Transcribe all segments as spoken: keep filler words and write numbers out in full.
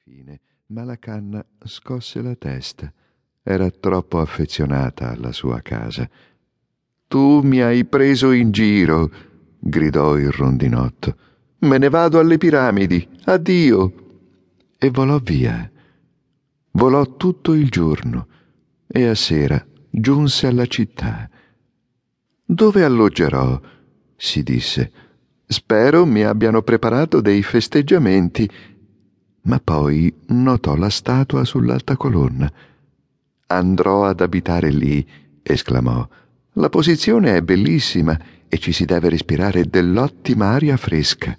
fine, ma la canna scosse la testa. Era troppo affezionata alla sua casa. «Tu mi hai preso in giro!» gridò il rondinotto. «Me ne vado alle piramidi! Addio!» E volò via. Volò tutto il giorno e a sera giunse alla città. «Dove alloggerò?» si disse. «Spero mi abbiano preparato dei festeggiamenti». Ma poi notò la statua sull'alta colonna. «Andrò ad abitare lì», esclamò. «La posizione è bellissima e ci si deve respirare dell'ottima aria fresca».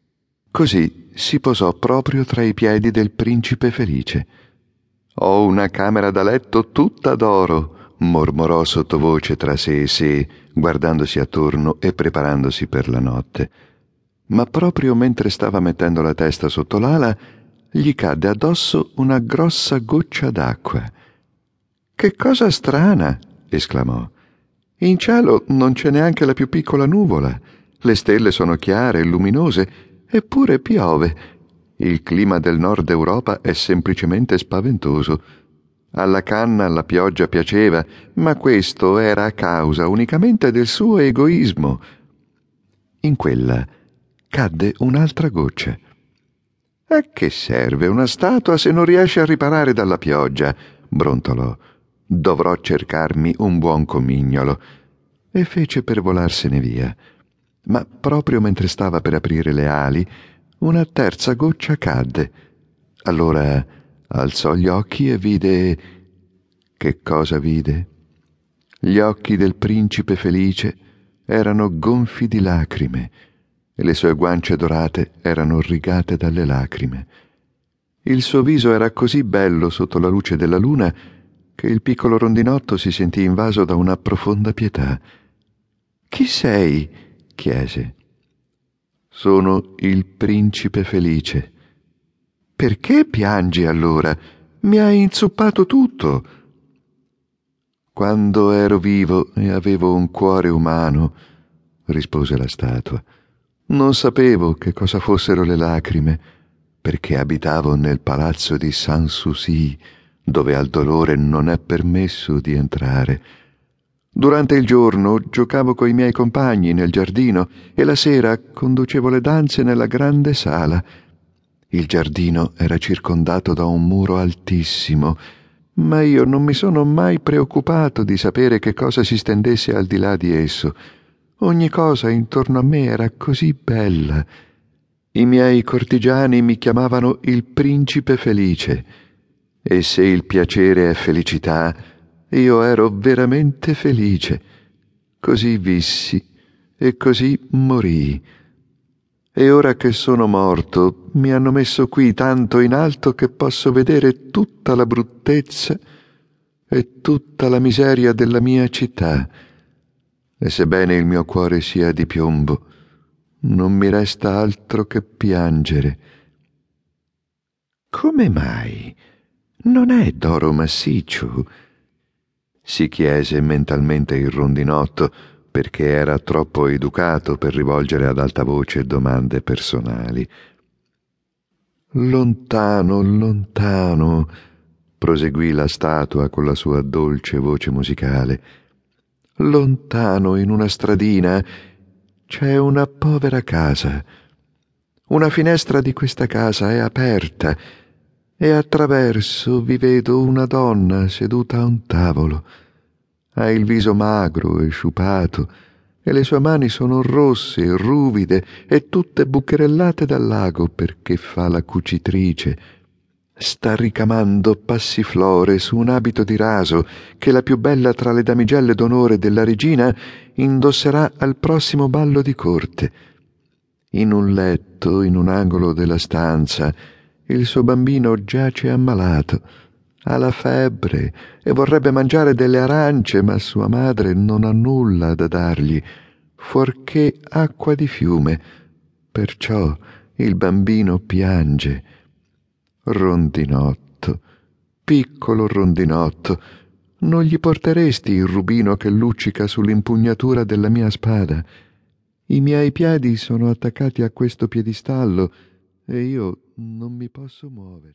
Così si posò proprio tra i piedi del principe felice. «Ho una camera da letto tutta d'oro», mormorò sottovoce tra sé e sé, guardandosi attorno e preparandosi per la notte. Ma proprio mentre stava mettendo la testa sotto l'ala, gli cadde addosso una grossa goccia d'acqua. «Che cosa strana!» esclamò. «In cielo non c'è neanche la più piccola nuvola. Le stelle sono chiare e luminose, eppure piove. Il clima del nord Europa è semplicemente spaventoso. Alla canna la pioggia piaceva, ma questo era a causa unicamente del suo egoismo». In quella cadde un'altra goccia. «A che serve una statua se non riesce a riparare dalla pioggia?» brontolò. «Dovrò cercarmi un buon comignolo». E fece per volarsene via. Ma proprio mentre stava per aprire le ali, una terza goccia cadde. Allora alzò gli occhi e vide... Che cosa vide? Gli occhi del principe felice erano gonfi di lacrime e le sue guance dorate erano rigate dalle lacrime. Il suo viso era così bello sotto la luce della luna che il piccolo rondinotto si sentì invaso da una profonda pietà. «Chi sei?» chiese. «Sono il principe felice». «Perché piangi allora? Mi hai inzuppato tutto». «Quando ero vivo e avevo un cuore umano», rispose la statua, «non sapevo che cosa fossero le lacrime, perché abitavo nel palazzo di Sanssouci, dove al dolore non è permesso di entrare. Durante il giorno giocavo coi miei compagni nel giardino e la sera conducevo le danze nella grande sala. Il giardino era circondato da un muro altissimo, ma io non mi sono mai preoccupato di sapere che cosa si stendesse al di là di esso. Ogni cosa intorno a me era così bella. I miei cortigiani mi chiamavano il principe felice, e se il piacere è felicità, io ero veramente felice. Così vissi e così morii. E ora che sono morto, mi hanno messo qui tanto in alto che posso vedere tutta la bruttezza e tutta la miseria della mia città. E sebbene il mio cuore sia di piombo, non mi resta altro che piangere». «Come mai? Non è d'oro massiccio?» si chiese mentalmente il rondinotto, perché era troppo educato per rivolgere ad alta voce domande personali. «Lontano, lontano», proseguì la statua con la sua dolce voce musicale, «lontano in una stradina c'è una povera casa. Una finestra di questa casa è aperta e attraverso vi vedo una donna seduta a un tavolo. Ha il viso magro e sciupato e le sue mani sono rosse e ruvide e tutte bucherellate dal lago perché fa la cucitrice. Sta ricamando passiflore su un abito di raso che la più bella tra le damigelle d'onore della regina indosserà al prossimo ballo di corte. In un letto, in un angolo della stanza, il suo bambino giace ammalato. Ha la febbre e vorrebbe mangiare delle arance, ma sua madre non ha nulla da dargli, fuorché acqua di fiume. Perciò il bambino piange. Rondinotto, piccolo rondinotto, non gli porteresti il rubino che luccica sull'impugnatura della mia spada? I miei piedi sono attaccati a questo piedistallo e io non mi posso muovere».